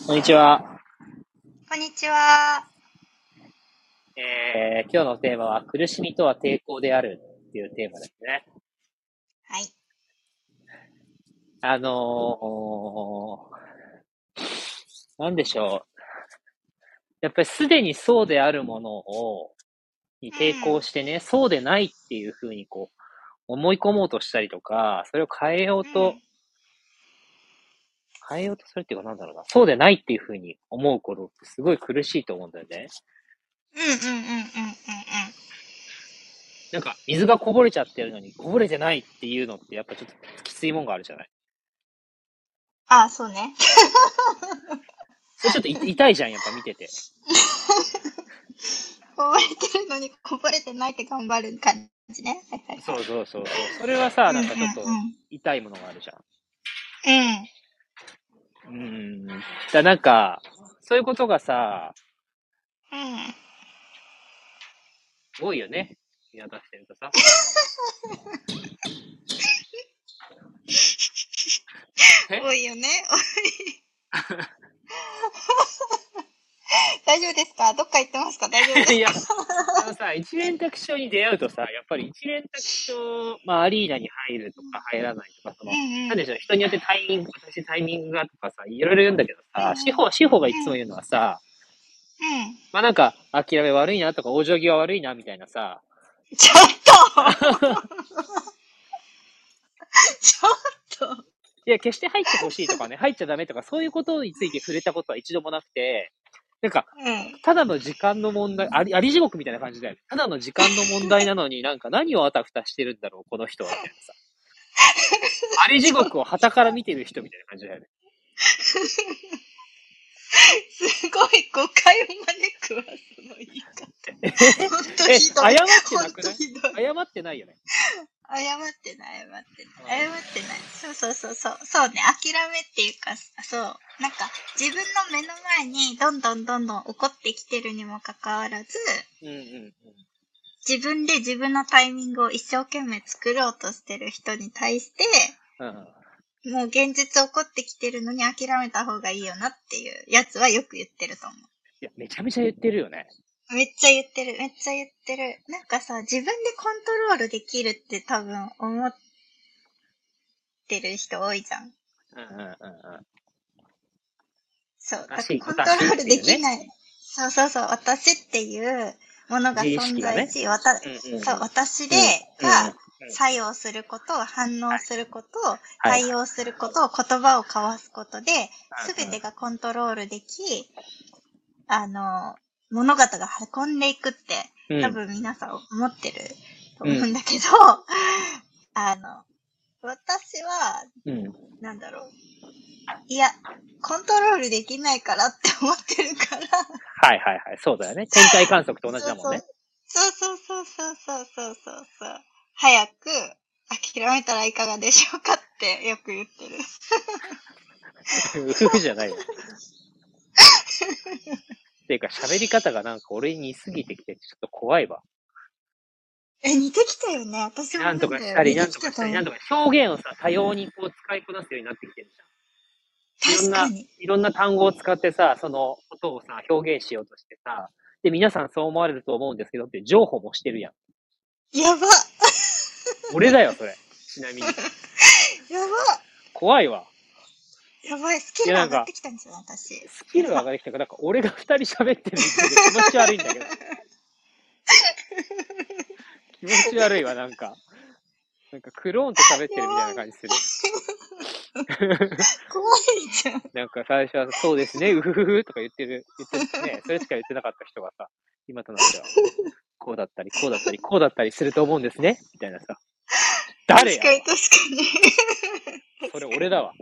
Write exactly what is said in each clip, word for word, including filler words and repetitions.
こんにちは。 こんにちは。 えー、今日のテーマは、苦しみとは抵抗であるっていうテーマですね。 はい。 あのー、なんでしょう。やっぱりすでにそうであるものを、にう抵抗ん。 してね、そうでないっていうふうにこう、思い込もうとしたりとか、それを変えようと、 うん。 変えようとするっていうかなんだろうな、そうでないっていうふうに思うことってすごい苦しいと思うんだよね。 うんうんうんうんうんうん。 なんか、水がこぼれちゃってるのに、こぼれてないっていうのってやっぱちょっときついもんがあるじゃない。 あ、そうね。 それちょっと痛いじゃん、やっぱ見てて。 こぼれてるのにこぼれてないって頑張る感じね。はいはいはい。 そうそうそうそう。それはさ、 うんうんなんかちょっとうん。 痛いものがあるじゃうん。 ん。うん。だなんか、そういうことがさ、 うん。 多いよね。見渡してるとさ。え多いよね。大丈夫ですか？どっか行ってますか？大丈夫でいや、 すか？ あのさ、一連卓章に出会うとさ、やっぱり一連卓章、まあアリーナに入るとか入らないとか、そうんの、 うん。 なんでしょう、人によってタイミング、私タイミングがとかさ、いろいろ言うんだけどさ、 うんうん。 司法、司法がいつもうん。 言うのはさ、 うん。 まあなんか、諦め悪いなとか、往生際悪いなみたいなさ、 ちょっとちょっといや、決して入ってほしいとかね、入っちゃダメとか、そういうことについて触れたことは一度もなくて、なんか、 うん。 ただの時間の問題、あり、あり地獄みたいな感じだよね。ただの時間の問題なのになんか何をあたふたしてるんだろう、この人は、みたいなさ。あり地ちょっ獄を傍から見てる人みたいな感じだよね。 すごい誤解を招くわ、その言い方。ほんとえ、 ひどい。 謝ってほんなくない？ とひどい。 謝ってないよね。 謝ってない、謝ってない。謝うってない。そうそうそうそう。そうね、諦めっていうか、そう。なんか、自分の目の前にどんどんどんどん起こってきてるにもかかわらず、 んうんうん自分で自分のタイミングを一生懸命作ろうとしてる人に対して、 うん。うん。 もう現実起こってきてるのに諦めた方がいいよなっていうやつはよく言ってると思う。 いや、めちゃめちゃ言ってるよね。 めっちゃ言ってる、めっちゃ言ってる。なんかさ、自分でコントロールできるって多分思ってる人多いじゃん。 うんうんうんうん。 そう。だから私、 コントロ私っールていうね。 できない。そうそうそう。私っていうものが自意存識がね。 在し、わた、 うんそう、私で、 うんうん。うんうんうん。 が作用すること、反応すること、 はいはい。 対応すること、言葉を交わすことで、すべうんうん。 てがコントロールでき、あの、物事が運んでいくって、多うん。 分皆さん思ってるとうん。 思うんだけど、あの、私は、 うん。 なんだろう。いや、コントロールできないからって思ってるから、 はいはいはい。そうだよね。天体観測と同じそうそう。 だもんね。 そうそうそうそうそうそうそうそう。早く諦めたらいかがでしょうかってよく言ってる。 うふふじゃないわ。っていうか喋り方がなんか俺に似すぎてきて、ちょっと怖いわ。 え、似てきたよね。私もなんとなんだよ。 かしたり、 似てなんとかしたり、 きたと思う。 なんとか表現をさ、多様にこう使いこなすようになってきてるじゃん。いろんな、 確かに。 いろんな単語を使ってさ、そのことをさ、表現しようとしてさ、で、皆さんそう思われると思うんですけどって、情報もしてるやん。 やば。 俺だよ、それ。ちなみに。 やば。 怖いわ。 やばい。スキいや、 ルが上がっなんか、 てきたんですよ、私。 スキやば。 ル上がりきたから、なんか俺が二人喋ってるみたいで気持ち悪いんだけど。気持ち悪いわ、なんか。なんかクローンと喋ってるみたいなやばい。 感じする。 怖いじゃん。 なんか最初は、そうですね、うふふふとか言ってる、言ってね、それしか言ってなかった人がさ、今となっては、こうだったり、こうだったり、こうだったりすると思うんですね、みたいなさ。誰やわ。 確かに確かに。 それ確かに。 俺だわ。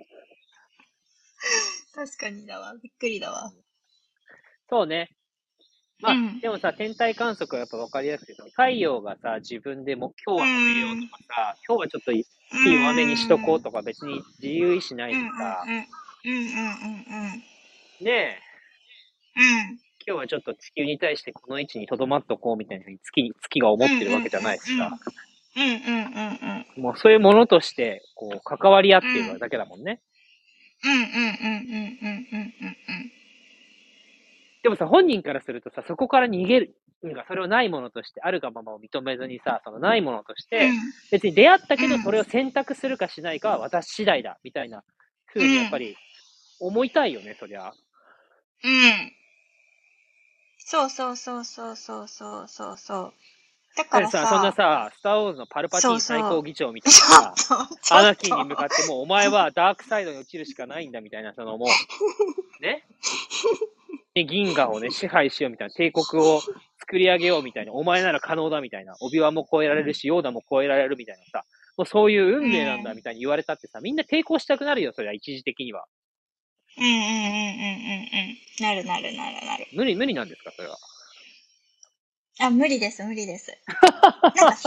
確かにだわ。びっくりだわ。 そうね。まあ、 うん。 でもさ、天体観測はやっぱ分かりやすくて、その太陽がさ、自分でも今う日は食べようん。 とかさ、今日はちょっとう火弱めにしとこうん。 とか別に自由意志ないうんうんでさ、 うん。うんうんうんうん。 ねえ、 うん。 今日はちょっと地球に対してこの位置に留まっとこうみたいなふうに月、月が思うんうんうんってるわけじゃないしさ、 うん。うんうんうんうん。 もうそういうものとして、こう、関わり合っているうん。 だけだもんね。 うんうんうんうんうんうんうんうん。 でもさ、本人からするとさ、そこから逃げる、なんかそれをないものとして、あるがままを認めずにさ、そのないものとしうて、 ん。 別に出会ったけど、 うん。 それを選択するかしないかは私次第だ、みたいな風にやっぱうん。 り思いたいよね、そりゃ。 うん。そうそうそうそうそうそうそうそう。だかだってさ、そんならさ、 さ、スターウォーズのパルパティン最そうそう。 高議長みたいちなさ、 ょっと、ちょアっナキーに向と。 かってもうお前はダークサイドに落ちるしかないんだみたいな、そのもう、ね、で銀河をね、支配しようみたいな、帝国を作り上げようみたいな、お前なら可能だみたいな、オビワンも超えられるし、ヨーダも超えられるみたいなさ、もうそういううん。 運命なんだみたいに言われたってさ、みんな抵抗したくなるよ、それは一時的には。 うんうんうんうんうんうん。なるなるなるなる。 無理、無理なんですか、それは。 あ、無理です、無理です。なんか、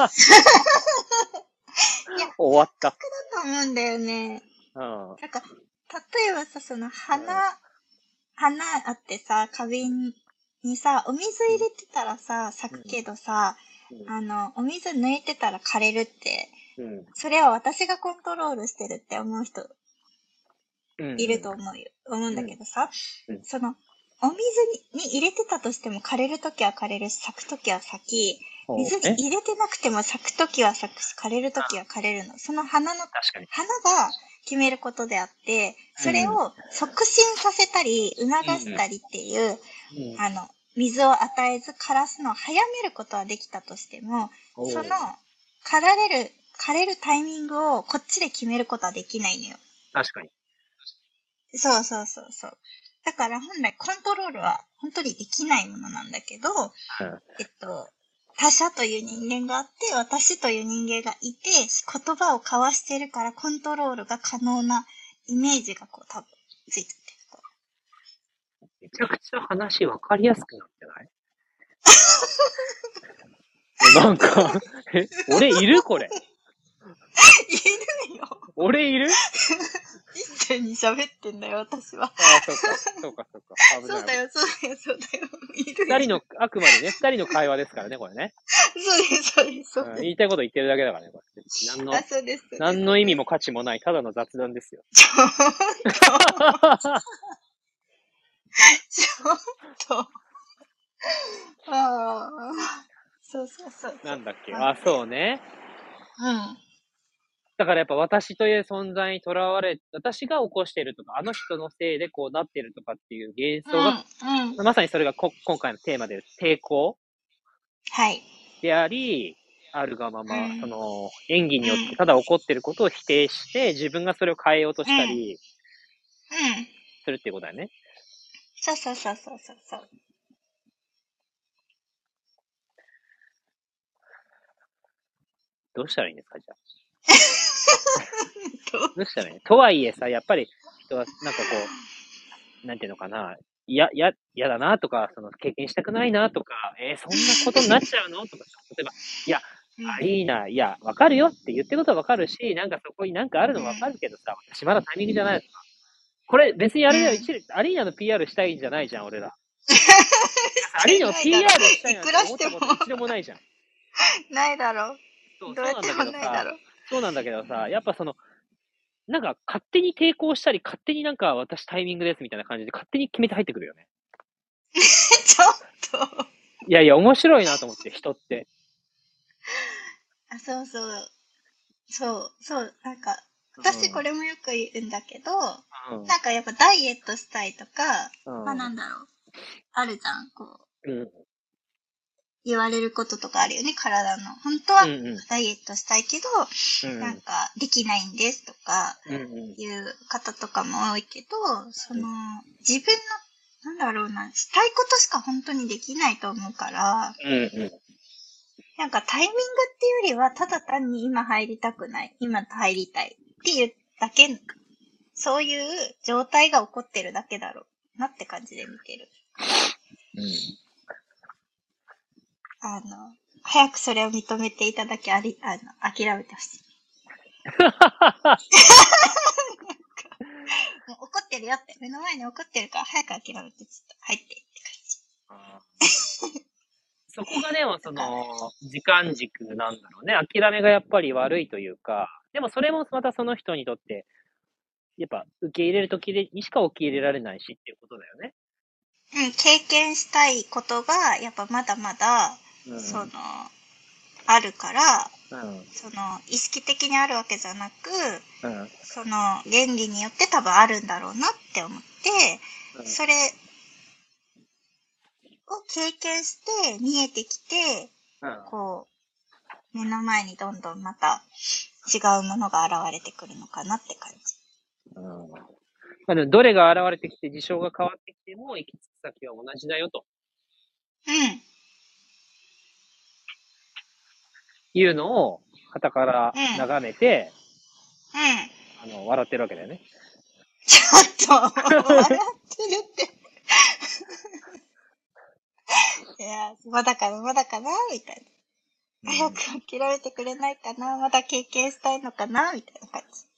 いや、 終わった。 錯覚だと思うんだよね。 うん。 なんか、例えばさ、その花、花あってさ、花瓶にさ、お水入れてたらさ、咲くけどさ、あの、お水抜いてたら枯れるって、 うん。 それは私がコントロールしてるって思う人うん。 いると思うよ。思うんだけどさ、 うんその、お水に入れてたとしても枯れるときは枯れるし、咲くときは咲き、水に入れてなくても咲くときは咲くし、枯れるときは枯れるの。その花の、 確かに。 花が決めることであって、それを促進させたり、促したりっていう、 うん。 あの、水を与えず枯らすのを早めることはできたとしても、その、枯られる、枯れるタイミングをこっちで決めることはできないのよ。 確かに。 そうそうそうそう。だから本来コントロールは本当にできないものなんだけど、えっと、他者という人間があって、私という人間がいて、言葉を交わしてるからコントロールが可能なイメージがこう多分ついてると。 めちゃくちゃ話分かりやすくなってないなんか、え、俺いるこれ。 いるよ。 俺いる一緒に喋ってんだよ、私は。 ああ、そうか、そうか、そうか。危ない。 そうだよ、そうだよ、そうだよ。いる二人の、あくまでね、二人の会話ですからね、これね。 そうです、そうです、そううん、 です。 言いたいこと言ってるだけだからね、これ。何のあ、、そうです。 何の意味も価値もない、ただの雑談ですよ。 ちょっと。ちょっと。ああ。そうそうそう。 なんだっけあ、そうね。 うん。 だからやっぱ私という存在にとらわれ、私が起こしているとか、あの人のせいでこうなってるとかっていう幻想が、 うん、うん。 まさにそれがこ今回のテーマで抵抗はい。 であり、あるがまうま、そん。 の演技によってうん。 ただ起こっていることを否定して、自分がそれを変えようとうん。 したりうん。 するっていうことだよね。 そうそうそうそうそうそう。 どうしたらいいんですか、じゃあ。 どうどうしたらいいとはいえさ、やっぱり人はなんかこう、なんていうのかな、いや、や、嫌だなとか、その経験したくないなとか、えー、そんなことになっちゃうのとかさ、例えば、いや、アリーナ、いや、わかるよって言ってることはわかるし、なんかそこになんかあるのわかるけどさ、私まだタイミングじゃないとか。これ別にあれだよ、一理アリーナの ピーアール したいんじゃないじゃん、俺ら。アリーナの ピーアール したいなんて思ったこと一度もないじゃん。 ないだろう。 そう、 どうやってそうなんだけどさ、そうなんだけどさ、やっぱその、なんか勝手に抵抗したり、勝手になんか私タイミングですみたいな感じで勝手に決めて入ってくるよね。 ちょっと。 いやいや、面白いなと思って、人って。 あ、そうそう。そう、そう、なんか、私これもよく言うんだけど、うん、なんかやっぱダイエットしたいとか、うん、まあなんだろう。あるじゃん、こう。うん、言われることとかあるよね、体の。本当はダイエットしたいけど、うんうん、なんかできないんですとか、いう方とかも多いけど、その、自分の、なんだろうな、したいことしか本当にできないと思うから、うんうん、なんかタイミングっていうよりは、ただ単に今入りたくない、今入りたいっていうだけ、そういう状態が起こってるだけだろうなって感じで見てるから。うん、あの、早くそれを認めていただき、あり、あの、諦めてほしい。もう怒ってるよって、目の前に怒ってるから早く諦めて、ちょっと入ってって感じ。 そこがでもその、時間軸なんだろうね。諦めがやっぱり悪いというか、でもそれもまたその人にとって、やっぱ受け入れるときにしか受け入れられないしっていうことだよね。 うん、経験したいことが、やっぱまだまだ、うん、その、あるから、うん、その、意識的にあるわけじゃなく、うん、その、原理によって多分あるんだろうなって思って、うん、それを経験して見えてきて、うん、こう、目の前にどんどんまた違うものが現れてくるのかなって感じ。 うん、まあ、でもどれが現れてきて事象が変わってきても行き着く先は同じだよと。 うん。 いうのを傍から眺めて、 うん。うん、 あの、笑ってるわけだよね。 ちょっと、笑ってるって。いや、まだかな、まだかなみたいな。早く諦めてくれないかな、まだ経験したいのかなみたいな感じ。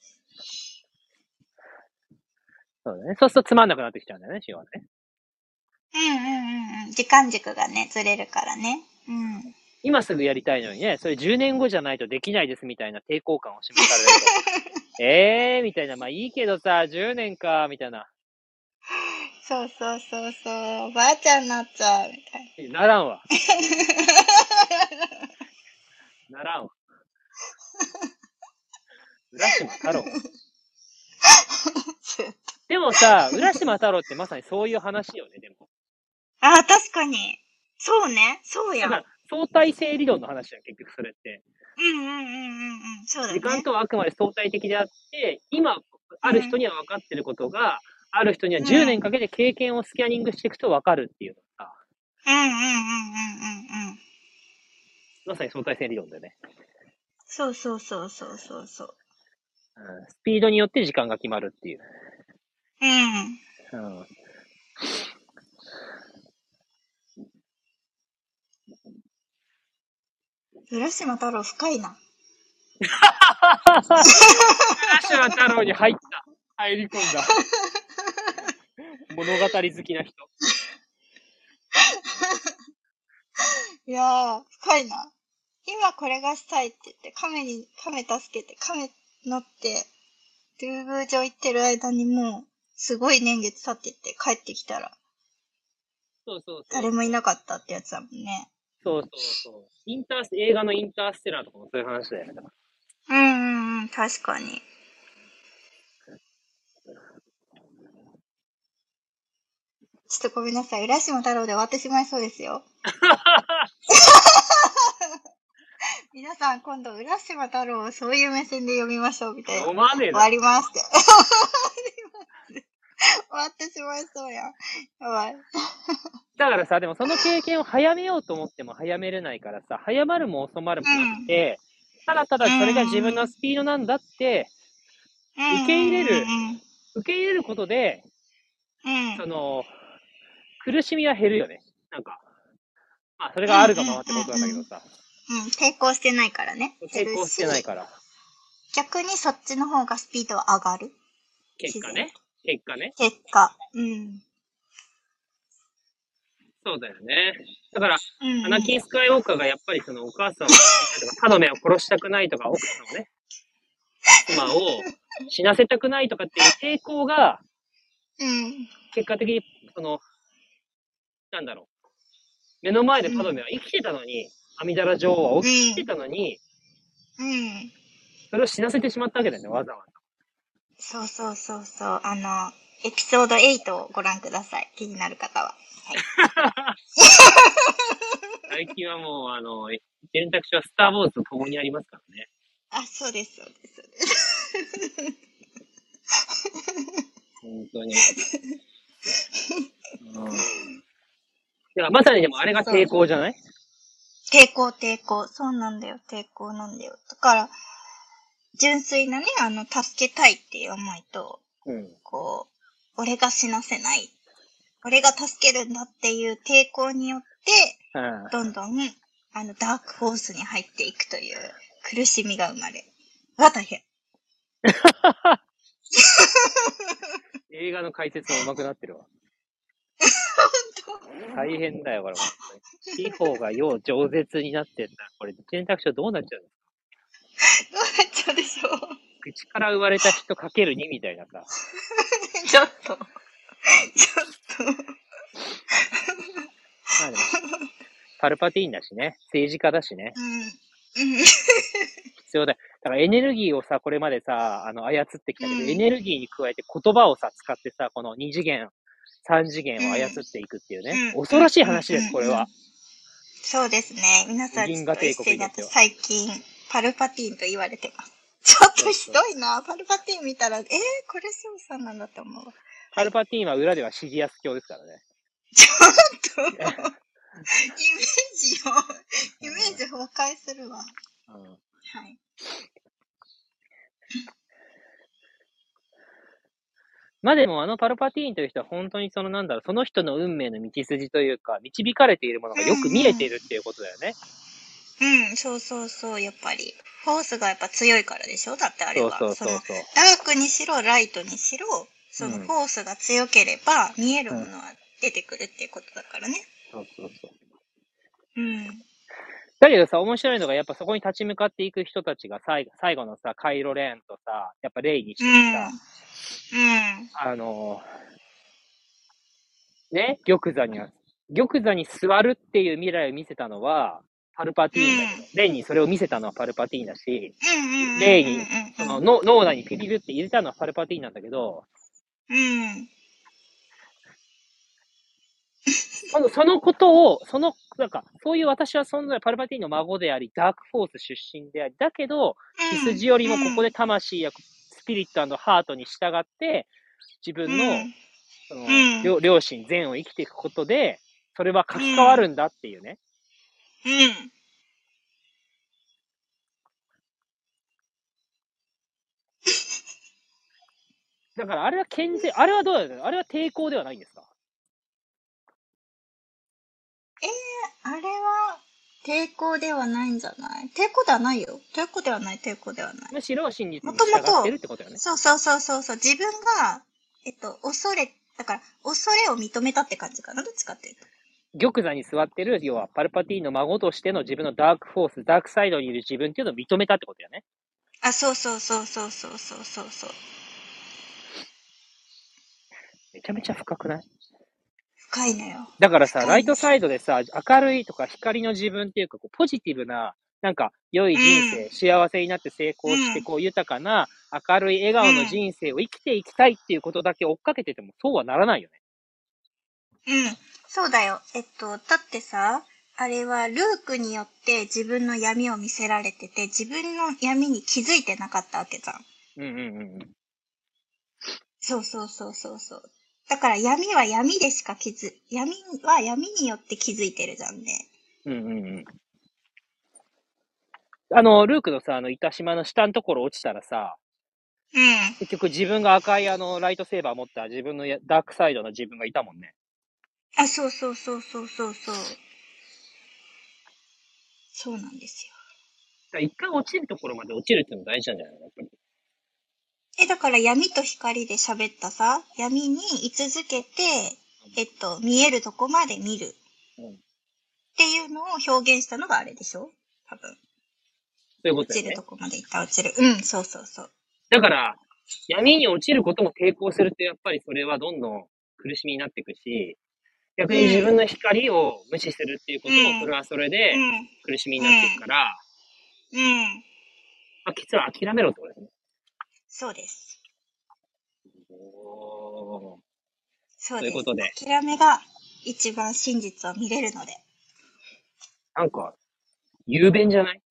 そうだね。そうするとつまんなくなってきちゃうんだよね、シオはね。 うんうんうんうん。時間軸がね、ずれるからね。うん。 今すぐやりたいのにね、それじゅうねんごじゃないとできないですみたいな抵抗感を示されると。えーみたいな、まあいいけどさ、じゅうねんか、みたいな。 そうそうそうそう、おばあちゃんになっちゃう、みたいな。ならんわ。ならんわ。浦島太郎。でもさ、浦島太郎ってまさにそういう話よね、でも。 ああ、確かに。そうね。そうやん。 だから相対性理論の話だよ、結局それって。 うんうんうんうんうん。そうだね。 時間とはあくまで相対的であって、今、ある人には分かってることが、うん、ある人にはじゅうねんかけて経験をスキャニングしていくと分かるっていうのさ。 うんうんうんうんうんうん。 まさに相対性理論だよね。 そうそうそうそうそうそう。 うん、スピードによって時間が決まるっていう。 うん。 うん。 浦島太郎深いな。 浦島太郎に入った。入り込んだ。物語好きな人。 いやー、深いな。今これがしたいって言って、亀に、亀助けて、亀乗って、竜宮城行ってる間にもう、すごい年月経ってって帰ってきたら、 そうそうそう。 誰もいなかったってやつだもんね。 そうそうそう。インタース、映画のインターステラーとかもそういう話だよね。 うんうんうん、確かに。ちょっとごめんなさい。浦島太郎で終わってしまいそうですよ。皆さん、今度、浦島太郎をそういう目線で読みましょう、みたいな。 読まねえ終わりますって。終わってしまいそうやん。やばい。 だからさ、でもその経験を早めようと思っても早めれないからさ、早まるも遅まるもなくて、うん、ただただそれが自分のスピードなんだって、受け入れる、受け入れることで、うん、その、苦しみは減るよね。なんか、まあ、それがあるがままってことなんだけどさ。 うん、抵抗してないからね。 抵抗してないから。 逆にそっちの方がスピードは上がる。 結果ね。結果ね。 結果。うん。 そうだよね。だから、うんうん、アナキン・スカイウォーカーがやっぱりそのお母さんを殺したいとか、タドメを殺したくないとか、奥さんをね、妻を死なせたくないとかっていう抵抗が、うん、結果的に、その、なんだろう。目の前でタドメは生きてたのに、阿弥陀羅女王は起きてたのに、うん、うん。それを死なせてしまったわけだよね、わざわざ。そうそうそうそう。あの、エピソードエイトをご覧ください。気になる方は。はい、 最近はもう、あの、選択肢はスター・ウォーズと共にありますからね。 あ、そうです、そうです、そうです。 本当に。うん、だからまさにでもあれが抵抗じゃない？ 抵抗、抵抗。そうなんだよ、抵抗なんだよ。だから、純粋なね、あの、助けたいっていう思いと、うん、こう、俺が死なせない。俺が助けるんだっていう抵抗によって、うん、どんどん、あの、ダークホースに入っていくという苦しみが生まれ。うわ、大変。 映画の解説も上手くなってるわ。大変だよ、これ。司法がよう饒舌になってんだ。これ、選択肢はどうなっちゃうの？ どうなっちゃうでしょう。 口から生まれた人かけるにみたいなさ。 ちょっと。ちょっと。 パルパティーンだしね。政治家だしね。 うん。うん。 必要だよ。だからエネルギーをさ、これまでさ、あの、操ってきたけど、 うんエネルギーに加えて言葉をさ、使ってさ、このに次元、さん次元を操っていくっていうね。 うん恐ろしい話です、これは。 うんうんそうですね。皆さん、ちょっとエッセイだと最近、パルパティーンと言われてます。ちょっとひどいな。パルパティーン見たら、えー、これ翔さんなんだと思うわ。 パルパティーンは裏ではシリアス教ですからね。 ちょっと、イメージを、イメージ崩壊するわ。 うん、 はい。 まあでもあのパルパティーンという人は本当にそのなんだろう、その人の運命の道筋というか、導かれているものがよく見えているっていうことだよね。 うん、うん、うん、そうそうそう、やっぱり。フォースがやっぱ強いからでしょだってあれは。 そうそうそうそう。 ダークにしろ、ライトにしろ、そのフォースが強ければ、見えるものは出てくるっていうことだからね。 うん、そうそうそう。 うん。 だけどさ、面白いのが、やっぱそこに立ち向かっていく人たちが最後、最後のさ、カイロレーンとさ、やっぱレイにしてさ、 うん。うん。 あのー、ね、玉座に、玉座に座るっていう未来を見せたのは、パルパティーンだけど、レイにそれを見せたのはパルパティーンだし、レイに、その脳脳内にピリルって入れたのはパルパティーンなんだけど、 うん。 その、そのことを、その、なんか、そういう私は存在、パルパティーンの孫であり、ダークフォース出身であり、だけど、血筋よりもここで魂やスピリット&ハートに従って、自分の、その、両両親、善を生きていくことで、それは書き換わるんだっていうね。 うん。 だから、あれは健全、あれはどうだよあれは抵抗ではないんですか？ えー、あれは、抵抗ではないんじゃない抵抗ではないよ。抵抗ではない、抵抗ではない。 むしろ真実に従ってるってことよね。 そうそうそうそうそう。自分が、えっと、恐れ、だから、恐れを認めたって感じかな。どっちかっていうと。 玉座に座ってる、要はパルパティーンの孫としての自分のダークフォース、ダークサイドにいる自分っていうのを認めたってことよね。 あ、そうそうそうそうそうそうそうそう。 めちゃめちゃ深くない？ 深いのよ。 だからさ、ライトサイドでさ、明るいとか光の自分っていうか、こうポジティブな、なんか良い人生、うん、幸せになって成功して、こう豊かな、明るい笑顔の人生を生きていきたいっていうことだけ追っかけてても、そうはならないよね。 うん、そうだよ。えっと、だってさ、あれはルークによって自分の闇を見せられてて、自分の闇に気づいてなかったわけじゃん。 うんうんうんうん。 そうそうそうそうそう。だから闇は闇でしか気づ、闇は闇によって気づいてるじゃんね。 うんうんうん。あの、ルークのさ、あの、板島の下のところ落ちたらさ、 うん。 結局自分が赤いあの、ライトセーバー持った自分のダークサイドの自分がいたもんね。 あ、そうそうそうそうそうそう。そうなんですよ。一回落ちるところまで落ちるっていうのも大事なんじゃないのやっぱり。 え、だから闇と光で喋ったさ、闇に居続けて、えっと、見えるとこまで見る。うん、っていうのを表現したのがあれでしょ多分。 そういうことだよね。 落ちるとこまで行った落ちる。うん、そうそうそう。 だから、闇に落ちることも抵抗すると、やっぱりそれはどんどん苦しみになっていくし、逆に自分の光を無視するっていうことも、それはそれで苦しみになっていくから、うん。うん、まあ、実は諦めろってことですね。 そうです。 おー。 そうです。 ということで。 諦めが一番真実を見れるので。 なんか、雄弁じゃない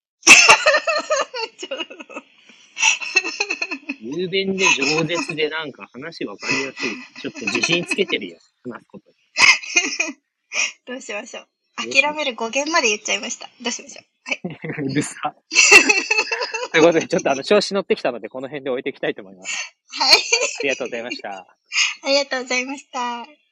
雄弁で饒舌でなんか話わかりやすい。ちょっと自信つけてるよ。話すことに。 どうしましょう。諦める語源まで言っちゃいました。どうしましょう。はい。 うるさ。ということで、ちょっとあの、調子乗ってきたので、この辺で置いていきたいと思います。 はい。 ありがとうございました。 ありがとうございました。